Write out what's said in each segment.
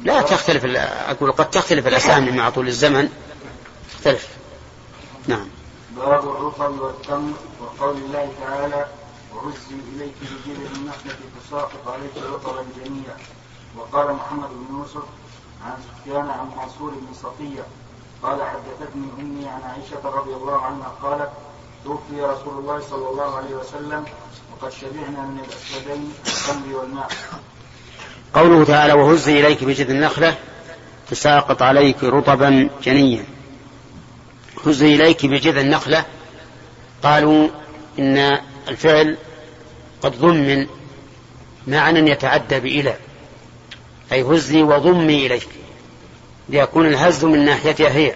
لا تختلف، أقول قد تختلف الأسامي مع طول الزمن تختلف. نعم. باب الرطب والتمر وقول الله تعالى وهزي إليك بجذع النخلة تساقط عليك رطبا جنيا. وقال محمد بن يوسف عن سفيان عن منصور بن صفية قال حدثتني أمي عن عائشة رضي الله عنها قالت توفي رسول الله صلى الله عليه وسلم وقد شبعنا من الأسودين التمر والماء. قوله تعالى وهزي إليك بجذع النخلة تساقط عليك رطبا جنيا. هزي إليك بجذع النخلة، قالوا إن الفعل قد ضمن معنى يتعدى بإلى، أي هزي وضمي إليك ليكون الهز من ناحيتها هي.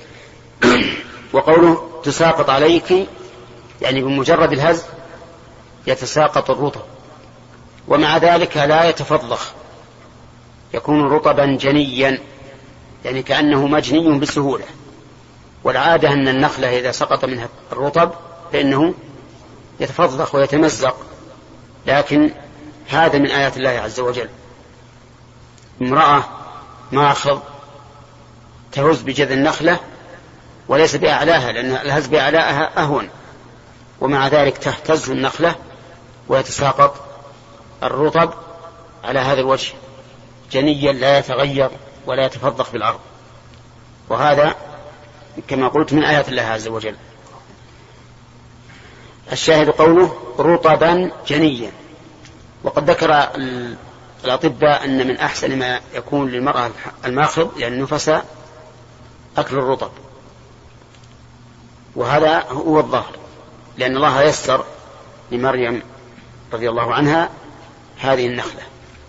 وقوله تساقط عليك يعني بمجرد الهز يتساقط الرطب، ومع ذلك لا يتفضخ، يكون رطبا جنيا يعني كأنه مجني بسهولة. والعادة أن النخلة إذا سقط منها الرطب فإنه يتفضخ ويتمزق، لكن هذا من آيات الله عز وجل. امرأة ماخض تهز بجذع النخلة وليس بأعلاها، لأن الهز بأعلاها أهون، ومع ذلك تهتز النخلة ويتساقط الرطب على هذا الوجه جنيا لا يتغير ولا يتفضخ في الأرض. وهذا كما قلت من آيات الله عز وجل. الشاهد قوله رطبا جنيا. وقد ذكر الأطباء أن من أحسن ما يكون للمرأة الماخض يعني النفساء أكل الرطب، وهذا هو الظاهر، لأن الله يسر لمريم رضي الله عنها هذه النخلة.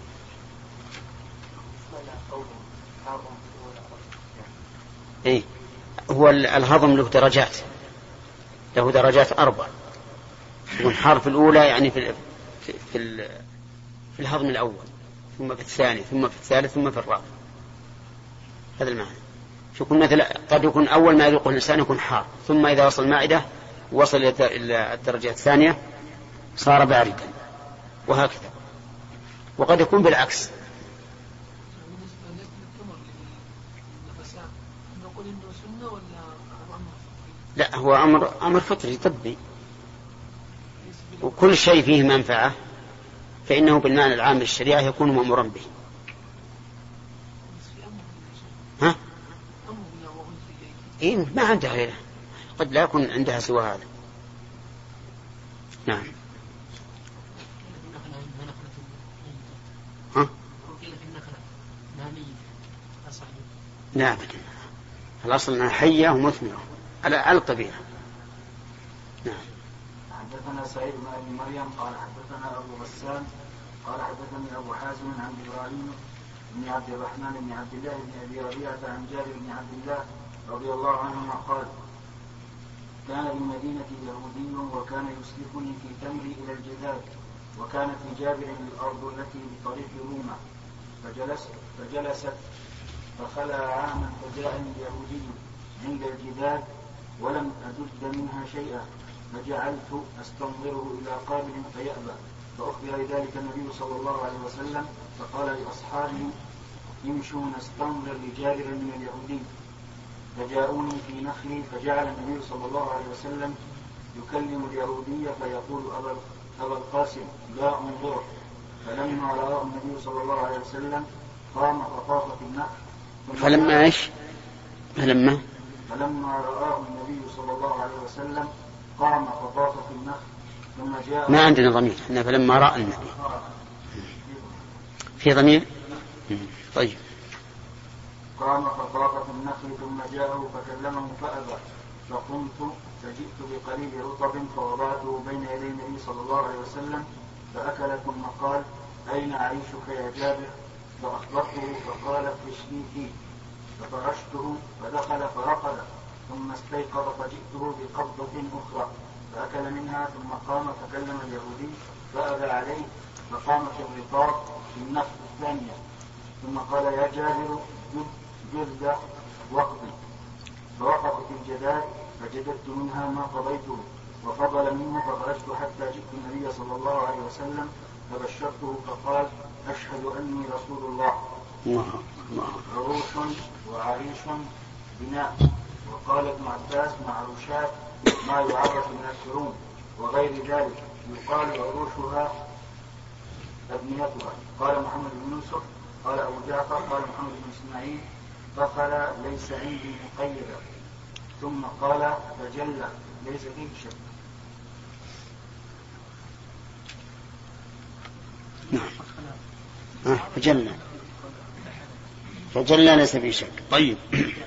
إيه؟ هو الهضم له درجات 4. يكون حرف الأولى يعني في الهضم الأول، ثم في الثاني، ثم في الثالث، ثم في الرابع. هذا المعنى. يكون مثلا قد يكون أول ما يذوقه الإنسان يكون حار، ثم إذا وصل المعدة وصل إلى الدرجة الثانية صار باردا، وهكذا. وقد يكون بالعكس. لا، هو أمر فطري طبي، وكل شيء فيه منفعة فإنه بالمعنى العام للشريعة يكون مأمورا به. ها؟ إيه ما عندها غيره، قد لا يكون عندها سوى هذا. نعم. ها؟ لا أبدا، الأصل أنها حية ومثمرة على الطبيعة. نعم. حدثنا سعيد بن أبي مريم قال حدثنا أبو غسان قال حدثني أبو حازم عن إبراهيم بن عبد الرحمن بن عبد الله بن أبي ربيعة عن جابر بن عبد الله رضي الله عنهما قال كان بالمدينة يهودي وكان يسلكني في تمري إلى الجذاب، وكانت لجابر الأرض التي بطريق روما، فجلست فخلى عاما فجاءني اليهودي عند الجذاب ولم أجد منها شيئا، فجعلت أستنظره إلى قابل فيأبى، فأخبر ذلك النبي صلى الله عليه وسلم فقال لأصحابه يمشوا نستنظر لجابر من اليهودي، فجاءوني في نخلي، فجعل النبي صلى الله عليه وسلم يكلم اليهودية فيقول أبا القاسم لا انظر، فلما رأى النبي صلى الله عليه وسلم قام فطاف في النخل. فلما رآه النبي صلى الله عليه وسلم قام فطاف في النخل ثم جاء. ما عندنا ضمير احنا فلما رأى النبي في ضمير. طيب. قام فطاف في النخل ثم جاءه فكلمه فأبى، فقمت فجئت بقليل رطب فوضعته بين يدي النبي صلى الله عليه وسلم فأكل، ثم قال أين عيشك يا جابر؟ فأخبرته فقال اشفي فيه، ففرشته فدخل فرقد، ثم استيقظ فجئته بقبضة أخرى فأكل منها، ثم قام فكلم اليهودي فأبى عليه، فقام في الرقاب في النخل الثانية، ثم قال يا جابر جذ وقضي، فوقف في الجداد فجددت منها ما قضيته وفضل منه، فخرجت حتى جئت النبي صلى الله عليه وسلم فبشرته فقال أشهد أني رسول الله. عروش وعريش بناء. وقال ابن عباس معروشات ما يعرف من الكروم وغير ذلك، يقال عروشها أبنيتها. قال محمد بن يوسف قال أبو جعفر قال محمد بن إسماعيل فخلا ليس عندي مقيدا، ثم قال فجلة ليس فيه شك. نعم فجلة ليس فيه شك. طيب،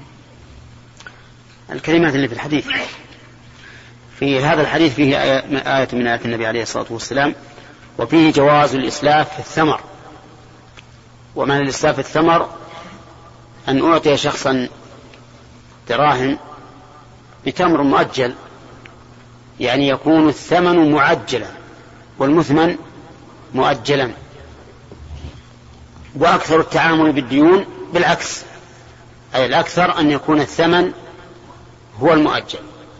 الكلمات اللي في الحديث، في هذا الحديث فيه آية من آيات النبي عليه الصلاة والسلام، وفيه جواز الإسلاف في الثمر. ومعنى الإسلاف في الثمر أن أعطي شخصا دراهم بتمر مؤجل، يعني يكون الثمن معجلا والمثمن مؤجلا. وأكثر التعامل بالديون بالعكس، أي الأكثر أن يكون الثمن هو المؤجل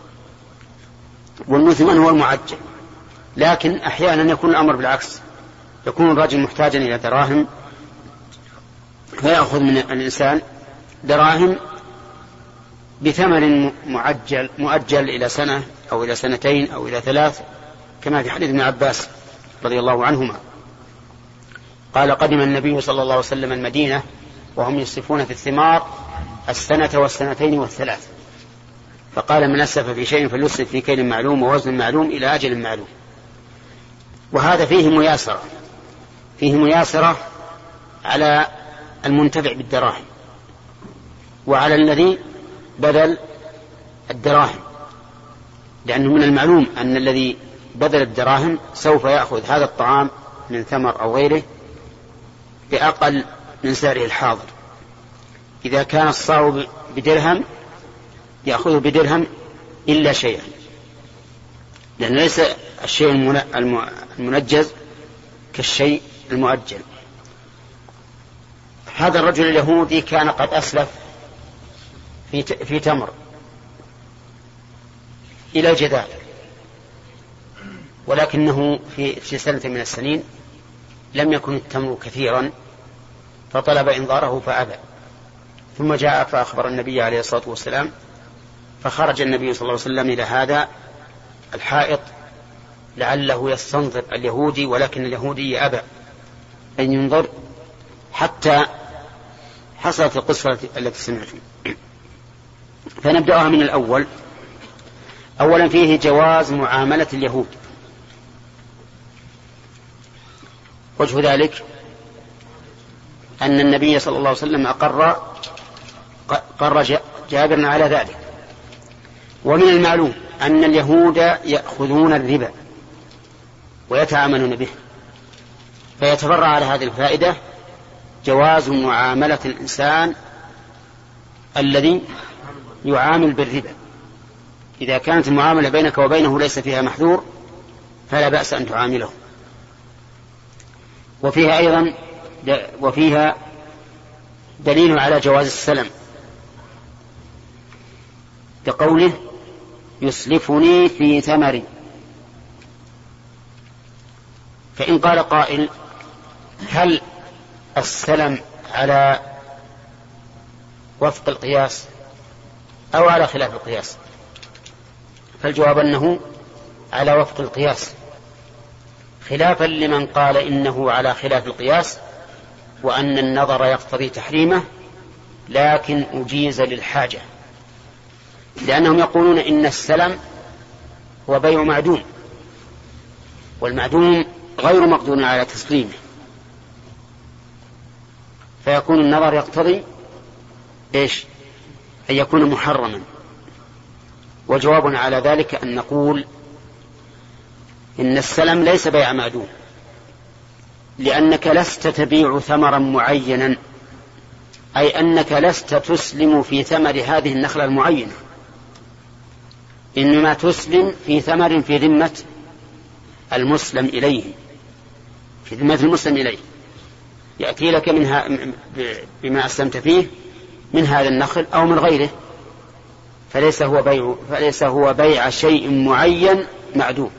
والمثمن هو المعجل، لكن أحيانا يكون الأمر بالعكس، يكون الرجل محتاجا إلى دراهم فيأخذ من الإنسان دراهم بثمن مؤجل إلى سنة أو إلى سنتين أو إلى 3، كما في حديث ابن عباس رضي الله عنهما قال قدم النبي صلى الله عليه وسلم المدينة وهم يصرفون في الثمار السنة والسنتين والثلاث، فقال من أسلف في شيء فليصرف في كيل معلوم ووزن معلوم إلى أجل معلوم. وهذا فيه مياسرة على المنتفع بالدراهم وعلى الذي بدل الدراهم، لأنه من المعلوم أن الذي بدل الدراهم سوف يأخذ هذا الطعام من ثمر أو غيره بأقل من سعره الحاضر. إذا كان الصاع بدرهم يأخذه بدرهم إلا شيئا، لأن ليس الشيء المنجز كالشيء المؤجل. هذا الرجل اليهودي كان قد أسلف في تمر إلى جدال، ولكنه في سنة من السنين لم يكن التمر كثيرا فطلب إنظاره فأبى، ثم جاء فأخبر النبي عليه الصلاة والسلام، فخرج النبي صلى الله عليه وسلم إلى هذا الحائط لعله يستنظر اليهودي، ولكن اليهودي أبى أن ينظر حتى حصلت القصة التي سمعتم. فنبدأها من الأول. أولا فيه جواز معاملة اليهود. وجه ذلك أن النبي صلى الله عليه وسلم قر جابرا على ذلك. ومن المعلوم أن اليهود يأخذون الربا ويتعاملون به، فيتفرع على هذه الفائدة جواز معاملة الإنسان الذي يعامل بالربا. إذا كانت المعاملة بينك وبينه ليس فيها محذور فلا بأس أن تعامله. وفيها دليل على جواز السلم بقوله يسلفني في ثمري. فإن قال قائل هل السلم على وفق القياس أو على خلاف القياس؟ فالجواب أنه على وفق القياس، خلافا لمن قال إنه على خلاف القياس وأن النظر يقتضي تحريمه لكن أجيز للحاجة، لأنهم يقولون إن السلم هو بيع معدوم، والمعدوم غير مقدور على تسليمه، فيكون النظر يقتضي إيش؟ أن يكون محرما. وجوابنا على ذلك أن نقول إن السلم ليس بيع معدوم، لأنك لست تبيع ثمرا معينا، أي أنك لست تسلم في ثمر هذه النخلة المعينة، إنما تسلم في ثمر في ذمة المسلم إليه، في ذمة المسلم إليه، يأتي لك منها بما أسلمت فيه من هذا النخل أو من غيره، فليس هو بيع شيء معين معدوم.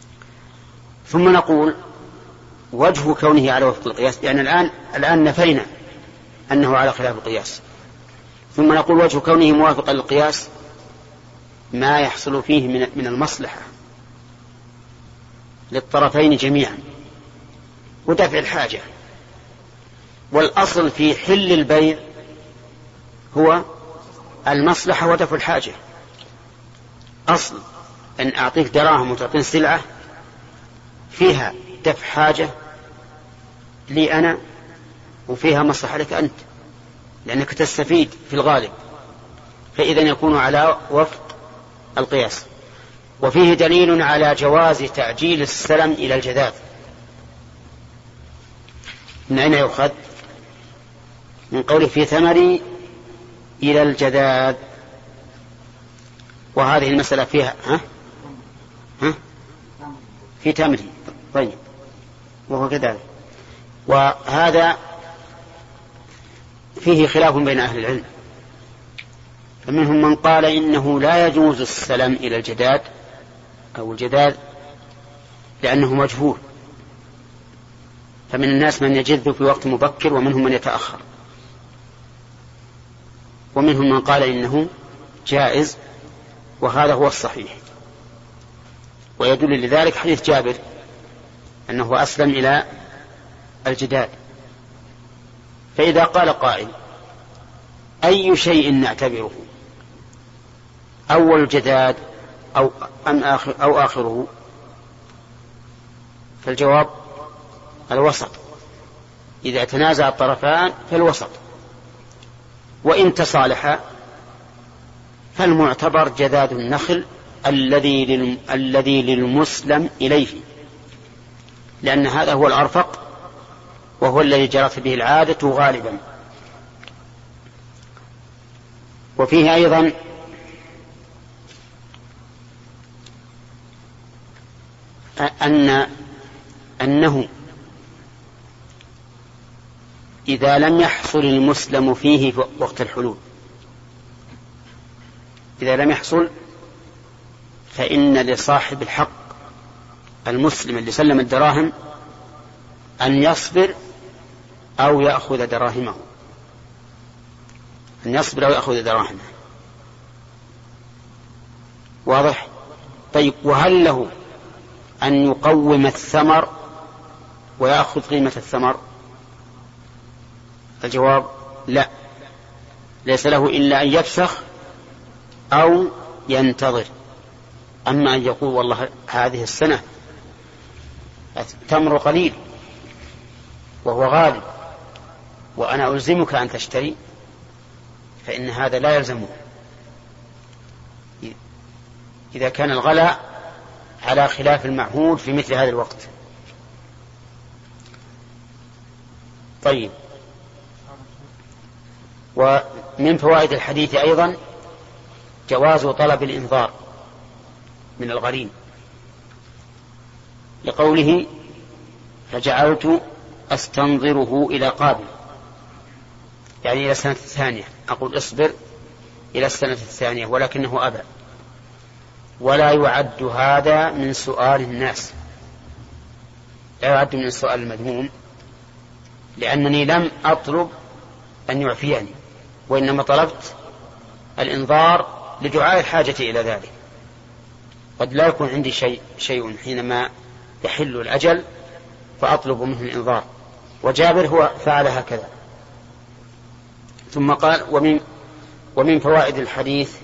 ثم نقول وجه كونه على وفق القياس، يعني الآن نفينا أنه على خلاف القياس. ثم نقول وجه كونه موافقا للقياس ما يحصل فيه من المصلحة للطرفين جميعا ودفع الحاجة. والأصل في حل البيع هو المصلحة ودفع الحاجة. أصل أن أعطيك دراهم وتعطيني سلعة فيها دفع حاجة لي أنا وفيها مصلحة لك أنت، لأنك تستفيد في الغالب، فإذا يكون على وفق القياس. وفيه دليل على جواز تعجيل السلم إلى الجذاذ. من أين يؤخذ؟ من قوله في ثمري إلى الجذاذ، وهذه المسألة فيها في تمري. طيب، وهو كذلك. وهذا فيه خلاف بين أهل العلم، فمنهم من قال إنه لا يجوز السلم إلى الجداد أو الجداد لأنه مجهول، فمن الناس من يجذ في وقت مبكر ومنهم من يتأخر، ومنهم من قال إنه جائز، وهذا هو الصحيح. ويدل لذلك حديث جابر أنه أسلم إلى الجداد. فإذا قال قائل أي شيء نعتبره، أول الجداد أو آخره؟ فالجواب الوسط. إذا تنازع الطرفان فالوسط، وإن تصالحا فالمعتبر جداد النخل الذي للمسلم إليه، لأن هذا هو الأرفق وهو الذي جرت به العادة غالبا. وفيه أيضا أنه إذا لم يحصل المسلم فيه في وقت الحلول، إذا لم يحصل فإن لصاحب الحق المسلم اللي سلم الدراهم أن يصبر أو يأخذ دراهمه، أن يصبر أو يأخذ دراهمه. واضح؟ طيب، وهل له أن يقوم الثمر ويأخذ قيمة الثمر؟ الجواب لا، ليس له إلا أن يفسخ أو ينتظر. أما أن يقول والله هذه السنة التمر قليل وهو غالي وأنا ألزمك أن تشتري، فإن هذا لا يلزمه إذا كان الغلاء على خلاف المعهود في مثل هذا الوقت. طيب، ومن فوائد الحديث أيضا جواز طلب الإنذار من الغريم، لقوله فجعلت أستنظره إلى قابل، يعني إلى السنة الثانية، أقول اصبر إلى السنة الثانية، ولكنه أبى. ولا يعد هذا من سؤال الناس، لا يعد من السؤال المذموم، لأنني لم أطلب أن يعفيني، وإنما طلبت الإنذار لدعاء الحاجة إلى ذلك. قد لا يكون عندي شيء حينما يحل الأجل فأطلب منه الإنذار، وجابر هو فعل هكذا. ثم قال ومن فوائد الحديث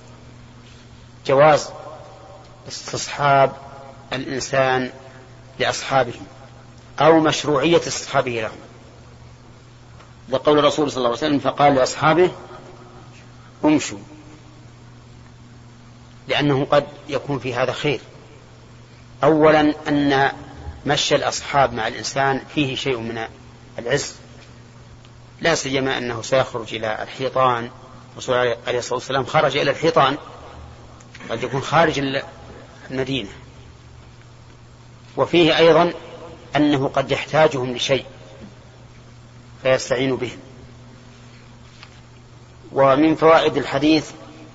جواز استصحاب الإنسان لأصحابه أو مشروعية استصحابه لهم، لقول الرسول صلى الله عليه وسلم فقال لأصحابه امشوا، لأنه قد يكون في هذا خير. أولا أن مشي الأصحاب مع الإنسان فيه شيء من العز، لا سيما أنه سيخرج إلى الحيطان. الرسول عليه الصلاة والسلام خرج إلى الحيطان، قد يكون خارج المدينة. وفيه أيضا أنه قد يحتاجهم لشيء فيستعين بهم. ومن فوائد الحديث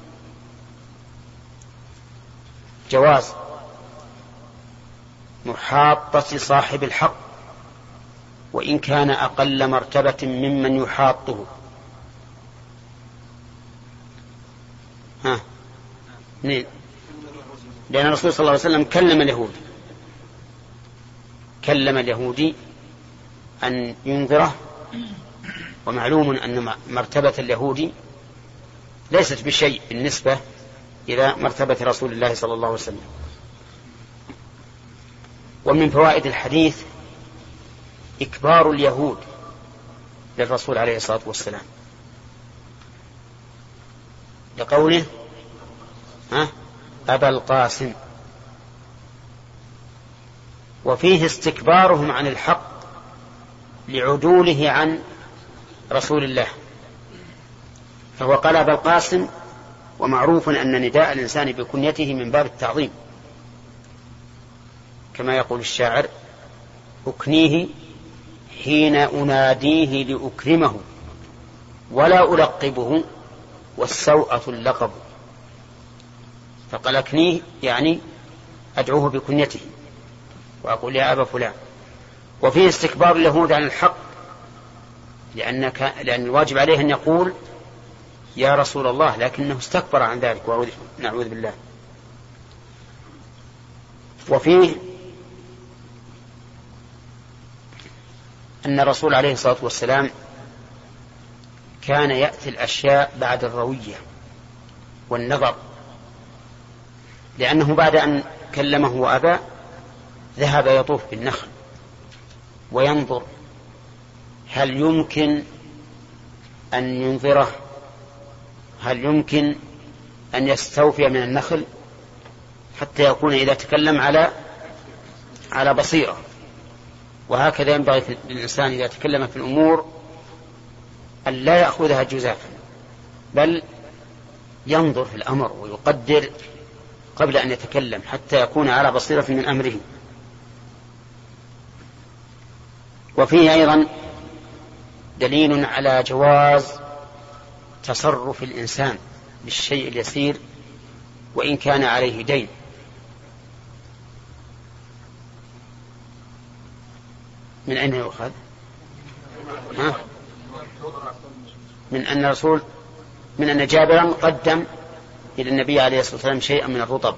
جواز محاطة صاحب الحق وإن كان أقل مرتبة ممن يحاطه. لأن الرسول صلى الله عليه وسلم كلم اليهودي أن ينذره، ومعلوم أن مرتبة اليهودي ليست بشيء بالنسبة إلى مرتبة رسول الله صلى الله عليه وسلم. ومن فوائد الحديث إكبار اليهود للرسول عليه الصلاة والسلام، لقوله أبا القاسم، وفيه استكبارهم عن الحق لعدوله عن رسول الله، فهو قال أبا القاسم، ومعروف أن نداء الإنسان بكنيته من باب التعظيم، كما يقول الشاعر: أكنيه حين أناديه لأكرمه ولا ألقبه والسوءة اللقب. فقال أكنيه يعني أدعوه بكنيته وأقول يا أبا فلان. وفيه استكبار اليهود عن الحق، لأن الواجب عليه أن يقول يا رسول الله، لكنه استكبر عن ذلك، نعوذ بالله. وفيه أن الرسول عليه الصلاة والسلام كان يأتي الأشياء بعد الروية والنظر، لأنه بعد أن كلمه وأبى ذهب يطوف بالنخل وينظر هل يمكن أن ينظره، هل يمكن أن يستوفي من النخل، حتى يكون إذا تكلم على بصيرة. وهكذا ينبغي للإنسان إذا تكلم في الأمور أن لا يأخذها جزافا، بل ينظر في الأمر ويقدر قبل أن يتكلم، حتى يكون على بصيرة من أمره. وفيه أيضا دليل على جواز تصرف الإنسان بالشيء اليسير وإن كان عليه دين. من أين يؤخذ؟ من أن جابرا قدم إلى النبي عليه الصلاة والسلام شيئا من الرطب،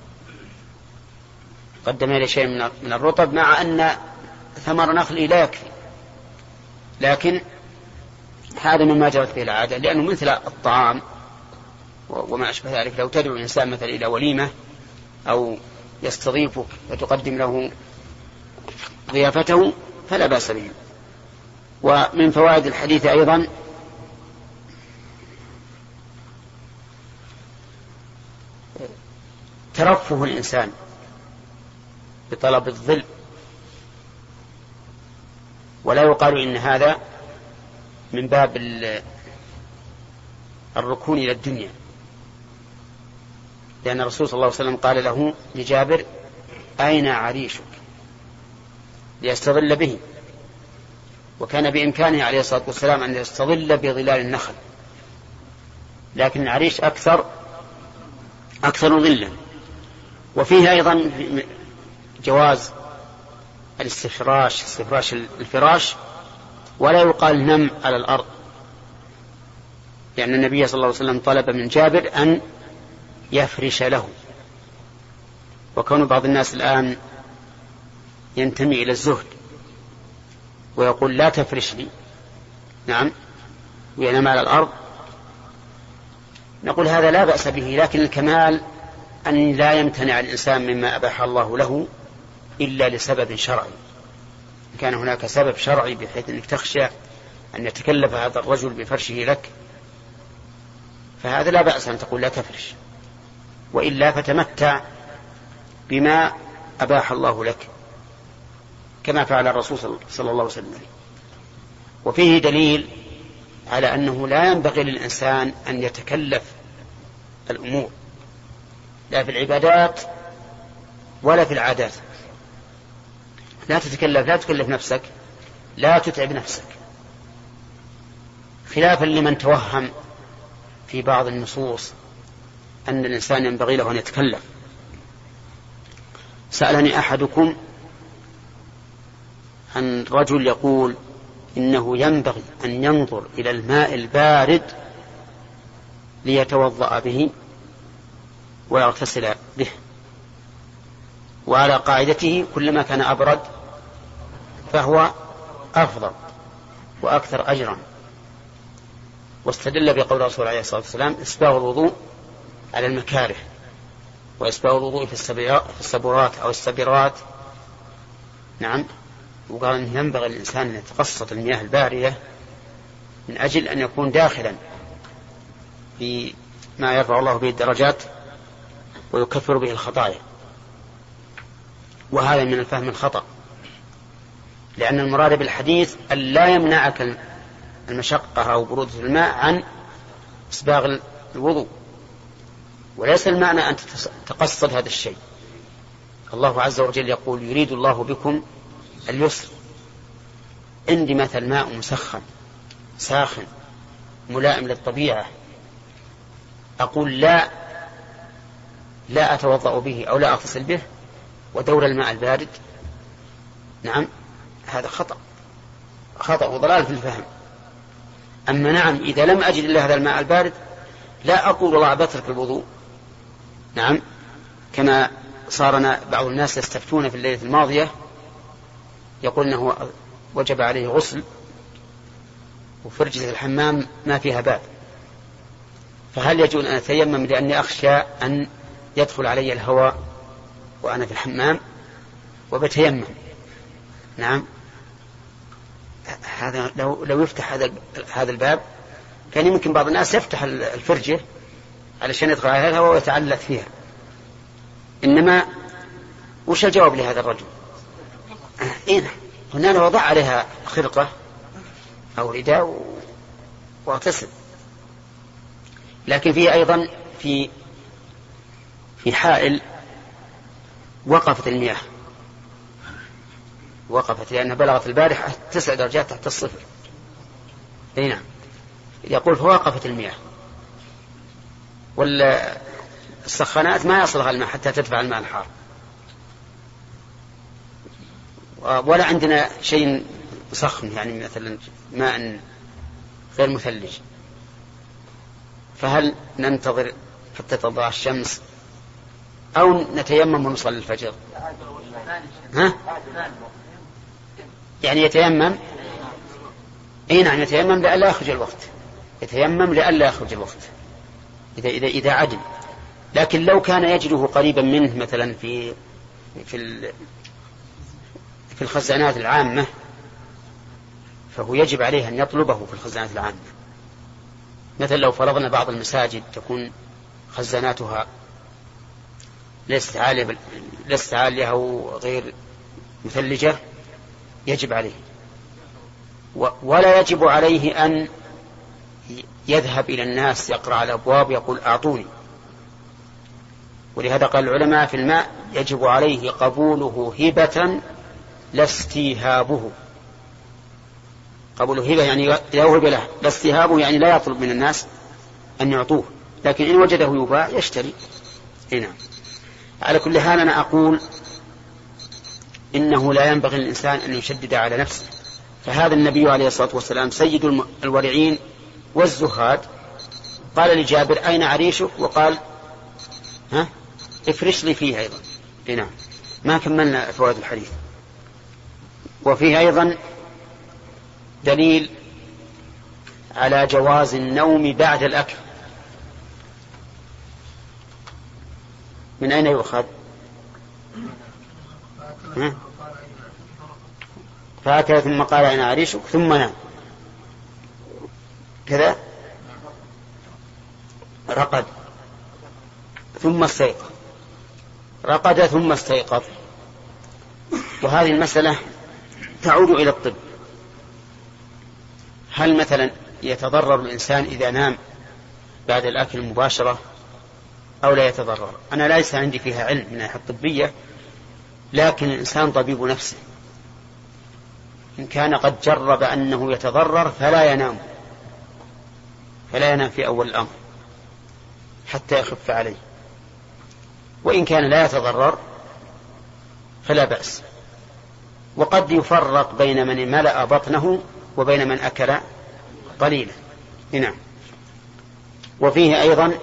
قدم إلى شيء من الرطب، مع أن ثمر نخله لا يكفي، لكن هذا مما جرت به العادة، لأنه مثل الطعام وما أشبه ذلك. لو تدعو الإنسان مثلا إلى وليمة أو يستضيفك فتقدم له ضيافته فلا بأس به. ومن فوائد الحديث أيضا ترفه الإنسان بطلب الظل، ولا يقال إن هذا من باب الركون إلى الدنيا، لأن الرسول صلى الله عليه وسلم قال له لجابر: أين عريشك؟ ليستظل به، وكان بإمكانه عليه الصلاة والسلام أن يستظل بظلال النخل، لكن العريش أكثر ظلا. وفيه أيضا جواز استفراش الفراش، ولا يقال نم على الأرض، لأن النبي صلى الله عليه وسلم طلب من جابر أن يفرش له. وكون بعض الناس الآن ينتمي إلى الزهد ويقول لا تفرش لي، نعم، وينام على الأرض، نقول هذا لا بأس به، لكن الكمال أن لا يمتنع الإنسان مما أباح الله له إلا لسبب شرعي. كان هناك سبب شرعي بحيث أنك تخشى أن يتكلف هذا الرجل بفرشه لك، فهذا لا بأس أن تقول لا تفرش، وإلا فتمتع بما أباح الله لك كما فعل الرسول صلى الله عليه وسلم. وفيه دليل على أنه لا ينبغي للإنسان أن يتكلف الأمور، لا في العبادات ولا في العادات. لا تكلف نفسك، لا تتعب نفسك، خلافا لمن توهم في بعض النصوص أن الإنسان ينبغي له أن يتكلف. سألني أحدكم عن رجل يقول إنه ينبغي أن ينظر إلى الماء البارد ليتوضأ به ويغتسل به، وعلى قاعدته كلما كان أبرد فهو أفضل وأكثر أجرا. واستدل بقول الرسول عليه الصلاة والسلام إسباغ الوضوء على المكاره، وإسباغ الوضوء في السبورات أو السبرات. نعم. وقال إن ينبغي الإنسان أن يتقصد المياه الباردة من أجل أن يكون داخلا في ما يرفع الله به الدرجات ويكفر به الخطايا. وهذا من الفهم الخطأ، لأن المراد بالحديث أن لا يمنعك المشقة أو برودة الماء عن إسباغ الوضوء، وليس المعنى أن تقصد هذا الشيء. الله عز وجل يقول يريد الله بكم اليسر. عندي مثل ماء مسخن ساخن ملائم للطبيعة، أقول لا أتوضأ به أو لا أغتسل به ودور الماء البارد؟ نعم، هذا خطأ وضلال في الفهم. أما نعم، إذا لم أجد إلا هذا الماء البارد لا أقول والله بترك الوضوء. نعم، كما صارنا بعض الناس يستفتون في الليلة الماضية يقول أنه وجب عليه غسل وفرجة الحمام ما فيها باب، فهل يجوز أن أتيمم لأني أخشى أن يدخل علي الهواء وأنا في الحمام وبتيمم؟ نعم، هذا لو يفتح هذا الباب كان يمكن بعض الناس يفتح الفرجة علشان يدخل عليها الهواء ويتعلق فيها. إنما وش الجواب لهذا الرجل؟ هنا وضع عليها خرقة أو رداء واغتسل. لكن فيه أيضا في حائل وقفت المياه، وقفت لأنها بلغت البارحة 9 درجات تحت الصفر. نعم، يقول فوقفت المياه، والسخانات ما يصلها الماء حتى تدفع الماء الحار، ولا عندنا شيء سخن يعني مثلا ماء غير مثلج. فهل ننتظر حتى تطلع الشمس أو نتيمم ونصلي الفجر؟ يعني يتيمم؟ نعم، يتيمم لئلا يخرج الوقت، يتيمم لئلا يخرج الوقت إذا عدل. لكن لو كان يجده قريبا منه مثلا في الخزانات العامة فهو يجب عليه أن يطلبه في الخزانات العامة. مثلا لو فرضنا بعض المساجد تكون خزاناتها ليست عالية أو غير مثلجة يجب عليه، ولا يجب عليه أن يذهب إلى الناس يقرأ على الأبواب يقول أعطوني. ولهذا قال العلماء في الماء يجب عليه قبوله هبة لا استيهابه. قبوله هبة يعني يوهب له، لا استيهابه يعني لا يطلب من الناس أن يعطوه، لكن إن وجده يباع يشتري. نعم. على كل حال أنا أقول إنه لا ينبغي للإنسان أن يشدد على نفسه، فهذا النبي عليه الصلاة والسلام سيد الورعين والزهاد قال لجابر أين عريشك؟ وقال افرش لي فيه أيضا. نعم، ما كملنا فوائد الحديث. وفيه أيضا دليل على جواز النوم بعد الأكل. من أين يؤخذ؟ فأكل ثم قال أين عريشك ثم نام كذا، رقد ثم استيقظ، رقد ثم استيقظ. وهذه المسألة تعود إلى الطب. هل مثلا يتضرر الإنسان إذا نام بعد الأكل مباشرة أو لا يتضرر؟ أنا ليس عندي فيها علم من الناحية الطبية، لكن الإنسان طبيب نفسه، إن كان قد جرب أنه يتضرر فلا ينام في أول الأمر حتى يخف عليه، وإن كان لا يتضرر فلا بأس. وقد يفرق بين من ملأ بطنه وبين من أكل قليلا. نعم. وفيه أيضا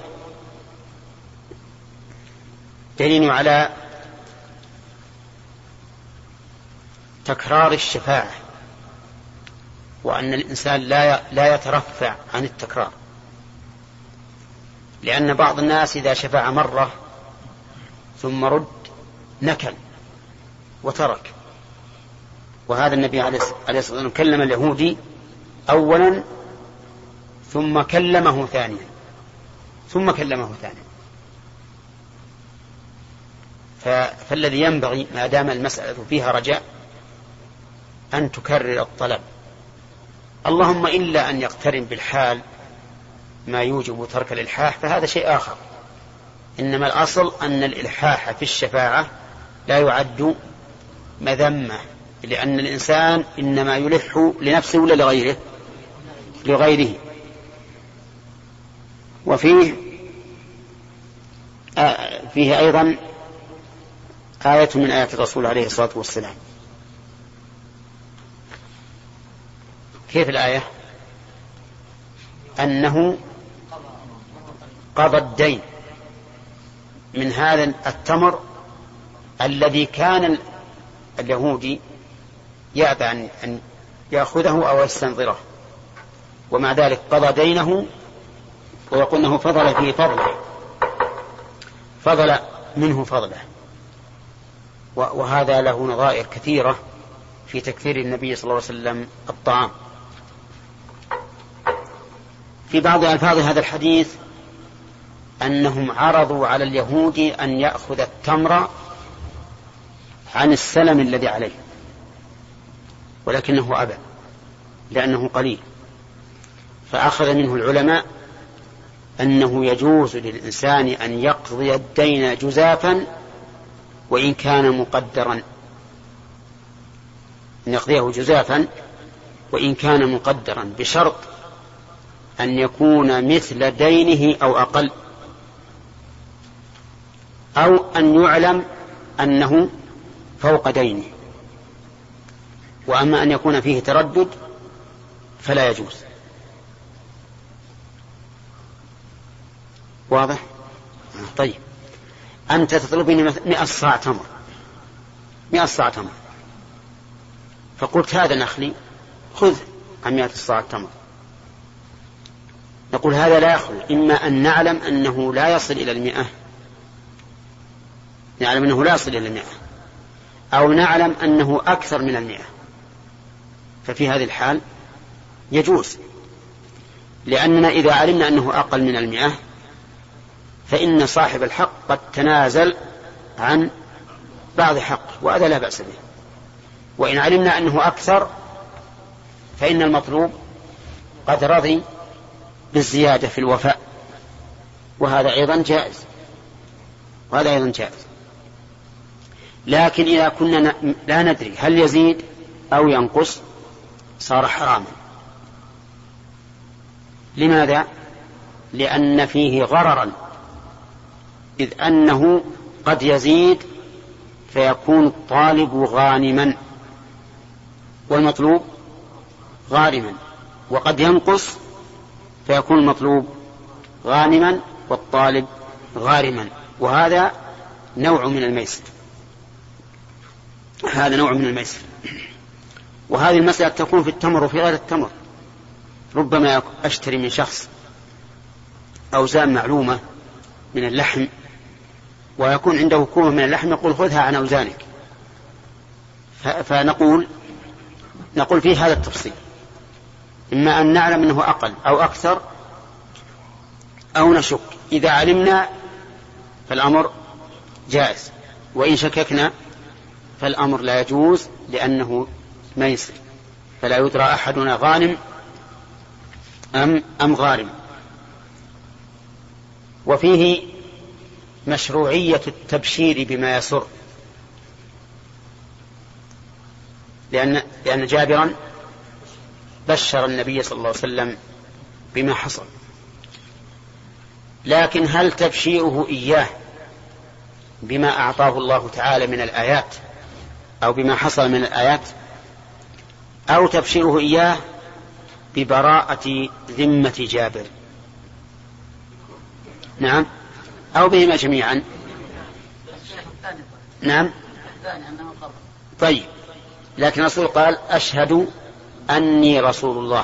دليل على تكرار الشفاعة، وأن الإنسان لا يترفع عن التكرار، لأن بعض الناس إذا شفع مرة ثم رد نكل وترك. وهذا النبي عليه الصلاة والسلام كلم اليهودي أولا ثم كلمه ثانيا فالذي ينبغي ما دام المسألة فيها رجاء أن تكرر الطلب، اللهم إلا أن يقترن بالحال ما يوجب ترك الإلحاح فهذا شيء آخر. إنما الأصل أن الإلحاح في الشفاعة لا يعد مذمة، لأن الإنسان إنما يلح لنفسه ولا لغيره؟ لغيره. وفيه أيضا آية من آيات الرسول عليه الصلاة والسلام. كيف الآية؟ أنه قضى الدين من هذا التمر الذي كان اليهودي يأبى أن يأخذه أو يستنظره، ومع ذلك قضى دينه، ويقول أنه فضل فيه فضل منه فضله. وهذا له نظائر كثيرة في تكثير النبي صلى الله عليه وسلم الطعام. في بعض ألفاظ هذا الحديث أنهم عرضوا على اليهود أن يأخذ التمر عن السلم الذي عليه، ولكنه أبى لأنه قليل. فأخذ منه العلماء أنه يجوز للإنسان أن يقضي الدين جزافا وإن كان مقدرا، أن يقضيه جزافا وإن كان مقدرا، بشرط أن يكون مثل دينه أو أقل، أو أن يعلم أنه فوق دينه. وأما أن يكون فيه تردد فلا يجوز. واضح؟ طيب، أنت تطلبني 100 صاع تمر، 100 صاع تمر، فقلت هذا نخلي خذ عن 100 صاع تمر. نقول هذا لا يخلو، إما أن نعلم أنه لا يصل إلى 100، نعلم أنه لا يصل إلى 100، أو نعلم أنه أكثر من 100، ففي هذه الحال يجوز، لأننا إذا علمنا أنه أقل من 100 فإن صاحب الحق قد تنازل عن بعض حق، وهذا لا بأس به. وإن علمنا أنه أكثر فإن المطلوب قد رضي بالزيادة في الوفاء، وهذا أيضا جائز. لكن إذا كنا لا ندري هل يزيد أو ينقص صار حراما. لماذا؟ لأن فيه غررا، إذ أنه قد يزيد فيكون الطالب غانما والمطلوب غارما، وقد ينقص فيكون المطلوب غانما والطالب غارما، وهذا نوع من الميسر. وهذه المسألة تكون في التمر وفي غير التمر. ربما أشتري من شخص أوزان معلومة من اللحم، ويكون عنده كومة من اللحم، يقول خذها عن أوزانك، فنقول فيه هذا التفصيل، إما أن نعلم أنه أقل أو أكثر أو نشك. إذا علمنا فالأمر جائز، وإن شككنا فالأمر لا يجوز، لأنه ميسر، فلا يدرى أحدنا غانم أم غارم. وفيه مشروعية التبشير بما يسر، لأن جابرا بشر النبي صلى الله عليه وسلم بما حصل، لكن هل تبشيره إياه بما أعطاه الله تعالى من الآيات أو بما حصل من الآيات، أو تبشره إياه ببراءة ذمة جابر. نعم، أو بهما جميعا. نعم. طيب، لكن الرسول قال أشهد أني رسول الله،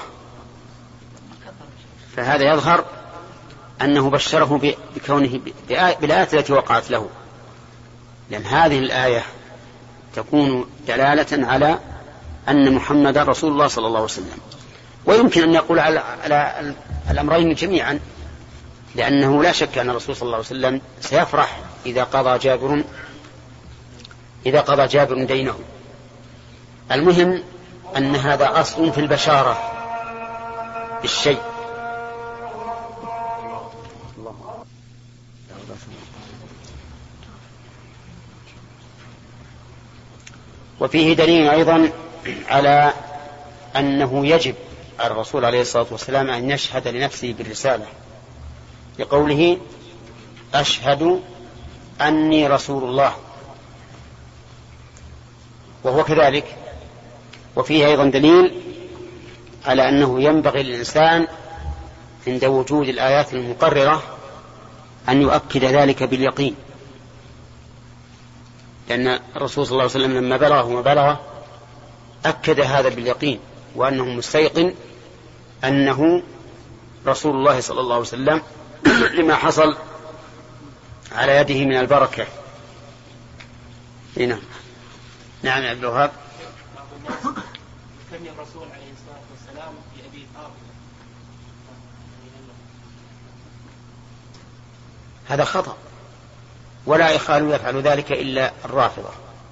فهذا يظهر أنه بشره بكونه بالآية التي وقعت له، لأن هذه الآية تكون دلالة على أن محمد رسول الله صلى الله عليه وسلم. ويمكن أن يقول على الأمرين جميعا، لأنه لا شك أن الرسول صلى الله عليه وسلم سيفرح إذا قضى جابر دينه. المهم أن هذا أصل في البشارة بالشيء. وفيه دليل أيضا على أنه يجب على الرسول عليه الصلاة والسلام أن يشهد لنفسه بالرسالة، لقوله أشهد أني رسول الله، وهو كذلك. وفيه أيضا دليل على أنه ينبغي للإنسان عند وجود الآيات المقررة أن يؤكد ذلك باليقين، لأن الرسول صلى الله عليه وسلم لما بلغه ما بلغه أكد هذا باليقين، وأنه مستيقن أنه رسول الله صلى الله عليه وسلم لما حصل على يده من البركة. هنا. نعم يا عبد الوهاب. كان الرسول عليه الصلاة والسلام بأبي فاطمة، هذا خطأ، ولا يخال يفعل ذلك إلا الرافضة.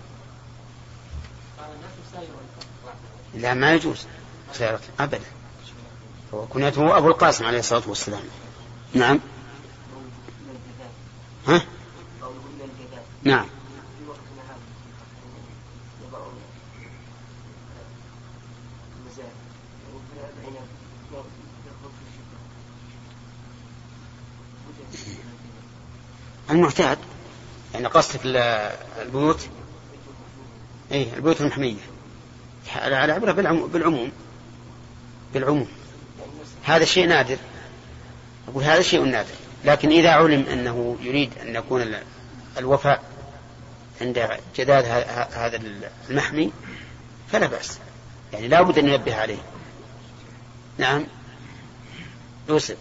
لا، ما يجوز أبدا، وكنيته أبو القاسم عليه الصلاة والسلام. نعم. ها؟ نعم. المعتاد، يعني قصدك البيوت، ايه البيوت المحمية، على عبرة بالعموم. هذا شيء نادر، أقول هذا شيء نادر، لكن إذا علم أنه يريد أن يكون الوفاء عند جداد هذا المحمي فلا بأس، يعني لا بد أن ينبه عليه. نعم. يوسف.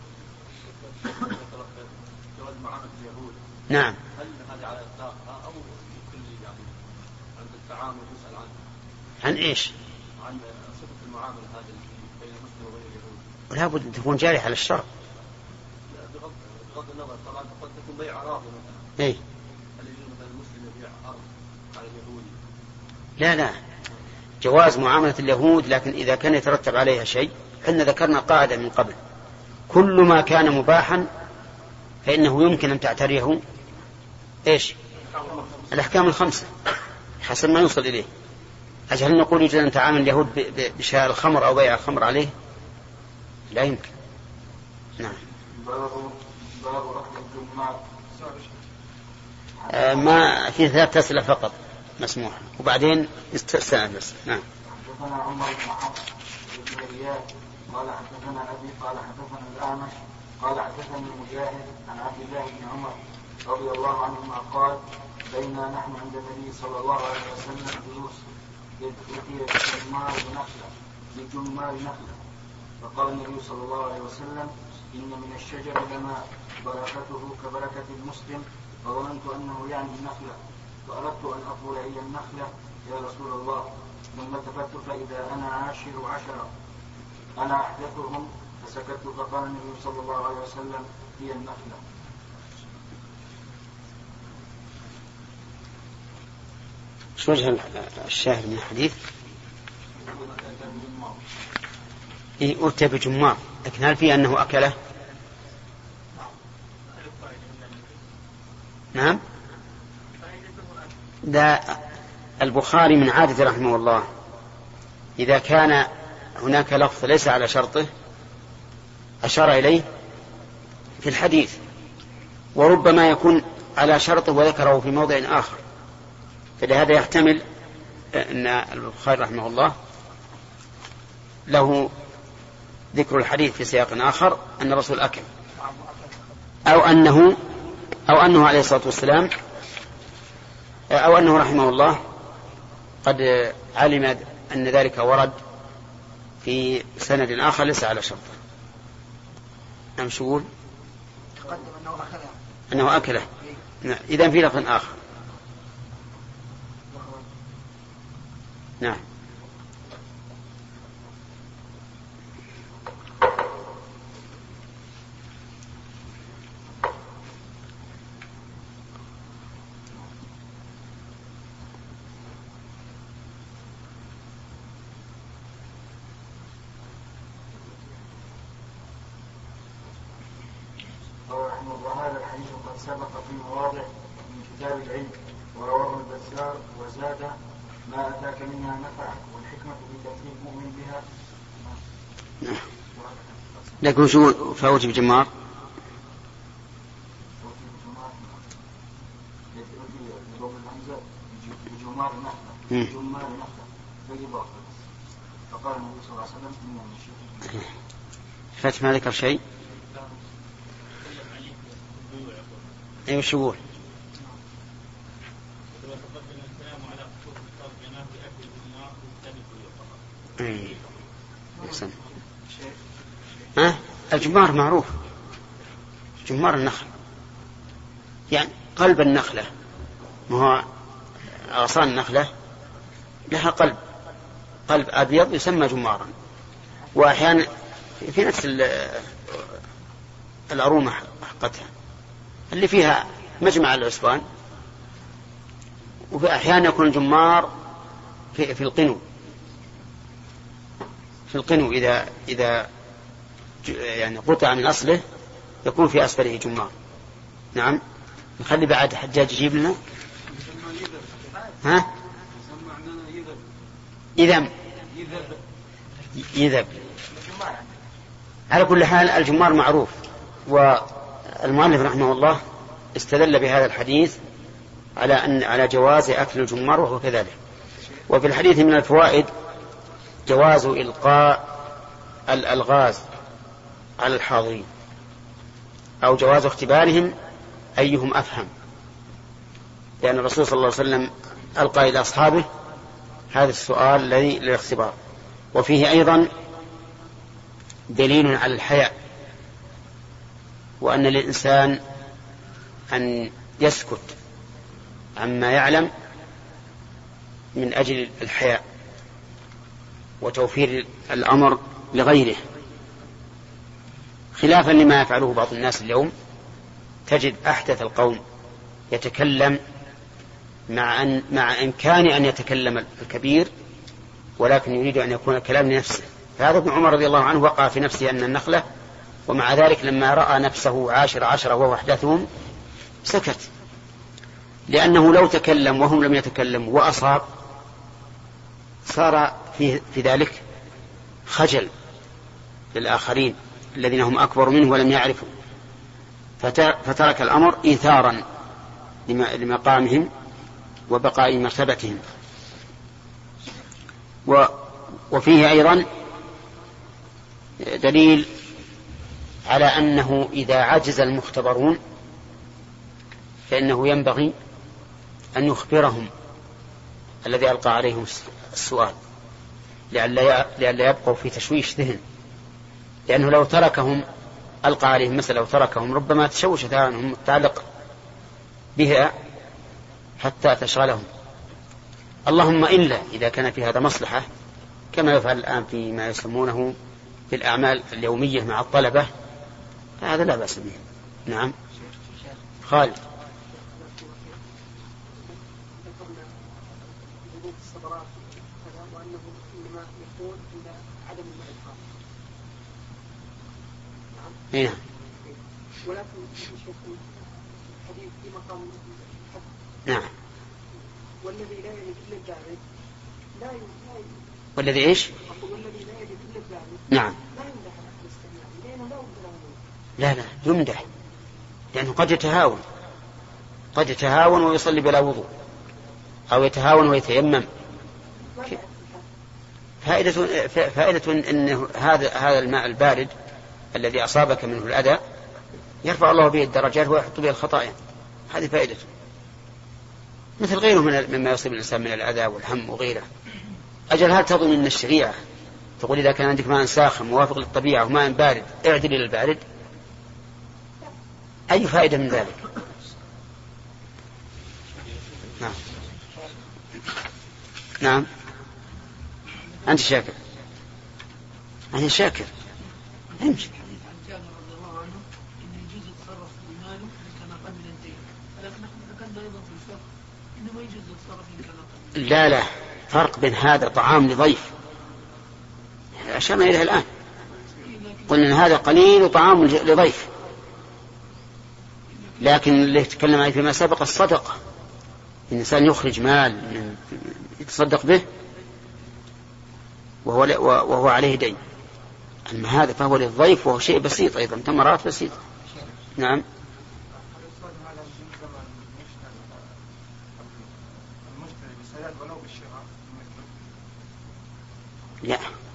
نعم. هل هذا على إطلاقها أو كل يعني عند التعامل يسأل عنه؟ عن إيش؟ عن صفة المعاملة هذا بين المسلم وبين اليهود. ولا بد أن تكون جارية على الشرع. بغض النظر طبعا قد تكون بيع أراضي مثلا. إيه. هل يجوز مثلا المسلم يبيع أرض على اليهودي؟ لا، جواز معاملة اليهود، لكن إذا كان يترتب عليها شيء، حنا ذكرنا قاعدة من قبل: كل ما كان مباحا فإنه يمكن أن تعتريه إيش؟ الأحكام الخمسة حسب ما يوصل إليه. هل نقول يجب أن نتعامل اليهود بشراء الخمر أو بيع الخمر عليه؟ لا يمكن. نعم. باب أكل الجمعة. ما في 3 أسئلة فقط مسموح، وبعدين استأذن بس. نعم. حدثنا عمر بن حفص بن رياض قال حدثنا أبي قال حدثنا الأعمش قال حدثني مجاهد عن عبد الله بن عمر رضي الله عنهما قال: بينا نحن عند النبي صلى الله عليه وسلم جلوس إذ أتي بجمار نخلة، فقال النبي صلى الله عليه وسلم: إن من الشجر لما بركته كبركة المسلم، فظننت أنه يعني النخلة، فأردت أن أقول هي النخلة يا رسول الله، ثم التفت فإذا أنا عاشر 10 أنا أحدثهم، فسكت، فقال النبي صلى الله عليه وسلم: هي النخلة. شو وجه الشاهد من الحديث؟ أتى بجمار، لكن هل فيه أنه أكله؟ نعم. لا، البخاري من عادة رحمه الله إذا كان هناك لفظ ليس على شرطه أشار إليه في الحديث، وربما يكون على شرطه وذكره في موضع آخر، فلهذا يحتمل أن البخاري رحمه الله له ذكر الحديث في سياق آخر أن الرسول أكل، أو أنه عليه الصلاة والسلام، أو أنه رحمه الله قد علم أن ذلك ورد في سند آخر ليس على شرطه. نعم، شو يقول؟ تقدم أنه أكله. إذن في لفظ آخر. نعم. وهذا الحديث قد سبق في مواضع من كتاب العلم، ورواه البزار وزاد: ما أتاك منها نفع، والحكمة في تكليف مؤمن بها. لكن شو فوت بجمار؟ جمار نخلة فقال النبي صلى الله عليه وسلم: إن من الشرك. فتح ما ذكر شيء. أيوة، شو يقول؟ الجمار معروف، جمار النخل يعني قلب النخلة، ما هو أغصان النخلة لها قلب أبيض يسمى جمارا، وأحيانا في نفس الأرومة حقتها اللي فيها مجمع العصبان، وفي أحيانا يكون الجمار في القنو إذا يعني قطع من أصله يكون في أسفله جمار. نعم، نخلي بعد حجاج يجيب لنا. ها؟ يذب. على كل حال الجمار معروف، والمؤلف رحمه الله استدل بهذا الحديث على جواز أكل الجمار، وهو كذلك. وفي الحديث من الفوائد جواز إلقاء الألغاز على الحاضرين، أو جواز اختبارهم أيهم أفهم، لأن الرسول صلى الله عليه وسلم ألقى إلى أصحابه هذا السؤال الذي للاختبار. وفيه أيضا دليل على الحياء، وأن للإنسان أن يسكت عما يعلم من أجل الحياء وتوفير الأمر لغيره، خلافا لما يفعله بعض الناس اليوم. تجد أحدث القوم يتكلم مع إمكان أن يتكلم الكبير، ولكن يريد أن يكون الكلام لنفسه. فهذا ابن عمر رضي الله عنه وقع في نفسه أن النخلة، ومع ذلك لما رأى نفسه 10 وهو أحدثهم سكت، لأنه لو تكلم وهم لم يتكلموا وأصاب صار في ذلك خجل للآخرين الذين هم أكبر منه ولم يعرفوا، فترك الأمر إيثارا لمقامهم وبقاء مرتبتهم. وفيه أيضا دليل على أنه إذا عجز المختبرون فإنه ينبغي أن يخبرهم الذي ألقى عليهم السؤال، لئلا يبقوا في تشويش ذهن، لأنه لو تركهم ألقى عليهم مسألة وتركهم ربما تشوش ذهنهم متعلق بها حتى تشغلهم. اللهم إلا إذا كان في هذا مصلحة، كما يفعل الآن فيما يسمونه في الأعمال اليومية مع الطلبة، هذا لا بأس به. نعم خالد. نعم. ولكن الحديث في مقام نعم. والذي لا يجد إلا البارد لا يمدح. والذي إيش؟ والذي لا يجد إلا البارد نعم. لا يمدح الأكل السماعي، لأنه لا يمدح، لأنه قد يتهاون ويصلي بلا وضوء، أو يتهاون ويتيمم فائدة أن هذا الماء البارد الذي أصابك منه الأذى يرفع الله به الدرجات ويحط به الخطايا، هذه فائدته، مثل غيره مما يصيب الإنسان من الأذى والهم وغيره. أجل هل تظن أن الشريعة تقول إذا كان عندك ماء ساخن موافق للطبيعة وماء بارد اعدل إلى البارد؟ أي فائدة من ذلك؟ نعم نعم أنت شاكر، أنا شاكر امشي. لا فرق بين هذا طعام لضيف أشرنا إليه الآن، قلنا أن هذا قليل وطعام لضيف، لكن اللي يتكلم عليه فيما سبق الصدقة، الإنسان يخرج مال يتصدق به وهو عليه دين، أما هذا فهو للضيف وهو شيء بسيط أيضا، تمرات بسيطة. نعم لا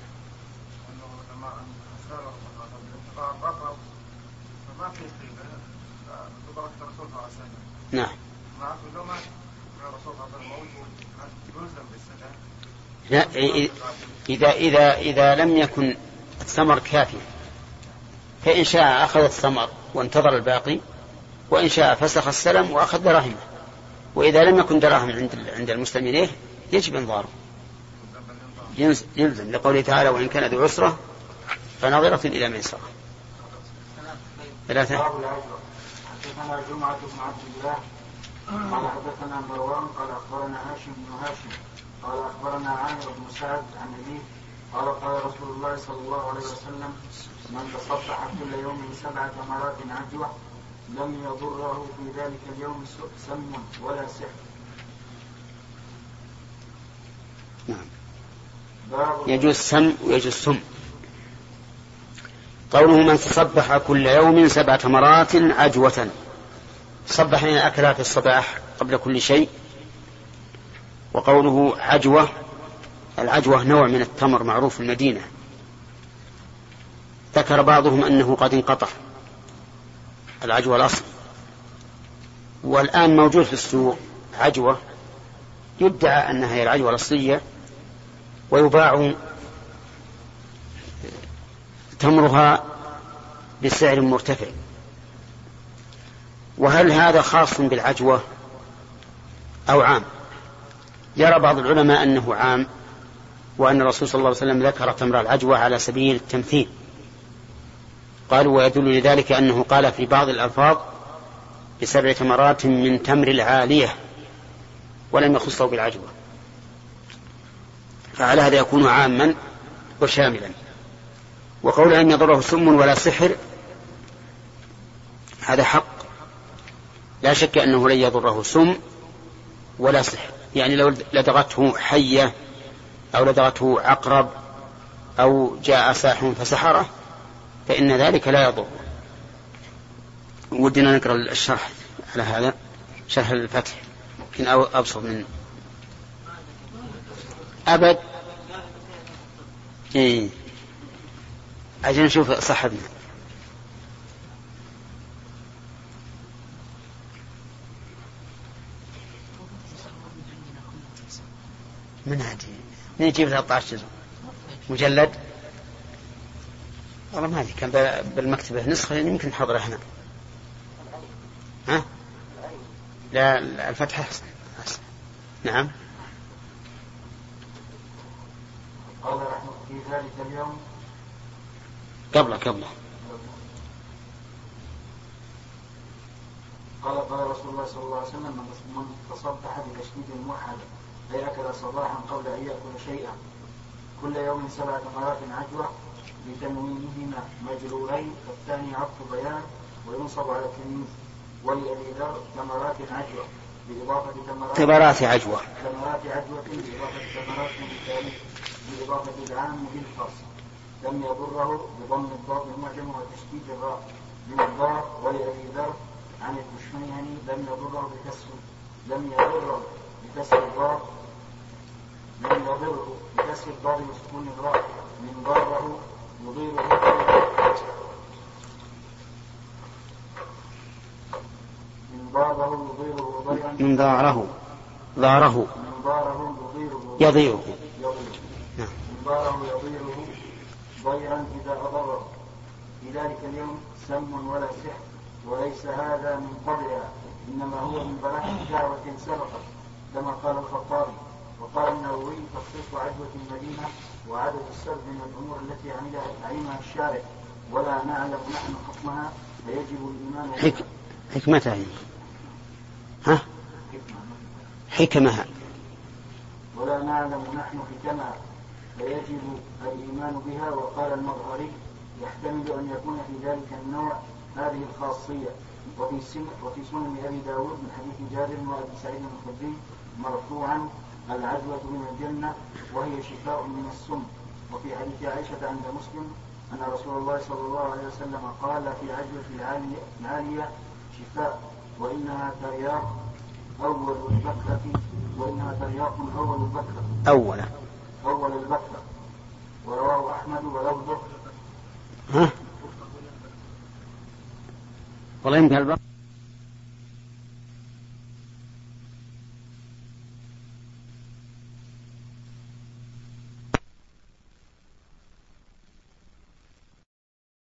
نعم لا إذا لم يكن الثمر كافيا فإن شاء أخذ الثمر وانتظر الباقي، وإن شاء فسخ السلم وأخذ دراهمه، وإذا لم يكن دراهم عند المسلمين إيه يجب إنظاره، يلزم لقوله تعالى وإن كان ذو عسرة فنظرة إلى ميسرة. ثلاثة. حدثنا جمعة بن عبد الله قال حدثنا مروان قال أخبرنا هاشم بن هاشم قال أخبرنا عامر بن سعد عن أبيه قال قال رسول الله صلى الله عليه وسلم من تصبح كل يوم 7 تمرات عجوة لم يضره في ذلك اليوم سم ولا سحر. نعم يجوز سم ويجوز سم. قوله من تصبح كل يوم 7 تمرات عجوة، صبح من أكلها في الصباح قبل كل شيء. وقوله عجوة، العجوة نوع من التمر معروف في المدينة، ذكر بعضهم أنه قد انقطع العجوة الأصل، والآن موجود في السوق عجوة يدعى أنها هي العجوة الأصلية، ويباع تمرها بسعر مرتفع. وهل هذا خاص بالعجوة أو عام؟ يرى بعض العلماء أنه عام، وأن الرسول صلى الله عليه وسلم ذكر تمر العجوة على سبيل التمثيل. قالوا ويدل لذلك أنه قال في بعض الألفاظ ب7 تمرات من تمر العالية ولم يخصه بالعجوة، فعلى هذا يكون عاما وشاملا. وقول أن يضره سم ولا سحر هذا حق، لا شك أنه لن يضره سم ولا سحر، يعني لو لدغته حية أو لدغته عقرب أو جاء ساحر فسحره فإن ذلك لا يضر. ودنا نقرأ الشرح على هذا، شرح الفتح يمكن أبسط من أبد. إيه عشان نشوف صاحبنا. من هذه نجيب 13 جزء مجلد، والله ما هذه كان بالمكتبة نسخة يمكن نحضرها هنا. ها لا الفتح أحسن. نعم قال في ذلك اليوم قبله قال رسول الله صلى الله عليه وسلم من تصبح بتشديد موحد أي أكل صباحا قبل أن يأكل شيئا كل يوم 7 تمرات عجوة بتنوينهما مجرورين والثاني عطف بيان وينصب على التمييز. ولأبي ذر تمرات عجوة بإضافة تمرات عجوة بإضافة تمرات بالتالي بإضافة العام بالخاص لم يضره بضم الضاد المعجم وتشديد الراء من الضار. ولأبي ذر عن الكشميهني لم يضره بكسر الضار من يضره بكسر الضاد وسكون الراء من ضاره يضيره من ضاره يضيره من ضاره يضيره ضيرا إذا أضره. في ذلك اليوم سم ولا سحر وليس هذا من طبعها، إنما هو من براءة دعوة سبقت كما قال الخطابي. وقال النووي تخصيص عدوى المدينة وعدد السبع من الأمور التي عملها الشارع ولا نعلم نحن حكمها فيجب الإيمان بها. حكمتها حكمها ولا نعلم نحن حكمها فيجب الإيمان بها. وقال المظهري يحتمل أن يكون في ذلك النوع هذه الخاصية. وفي سنن أبي داود من حديث جابر وأبي سعيد الخدري مرفوعا العدوى من الجنة وهي شفاء من السم. وفي حديث عائشة عند مسلم أن رسول الله صلى الله عليه وسلم قال في عدوى العالية شفاء وإنها ترياق أول البكرة أول البكرة. ورواه أحمد ولفظه والله يمكن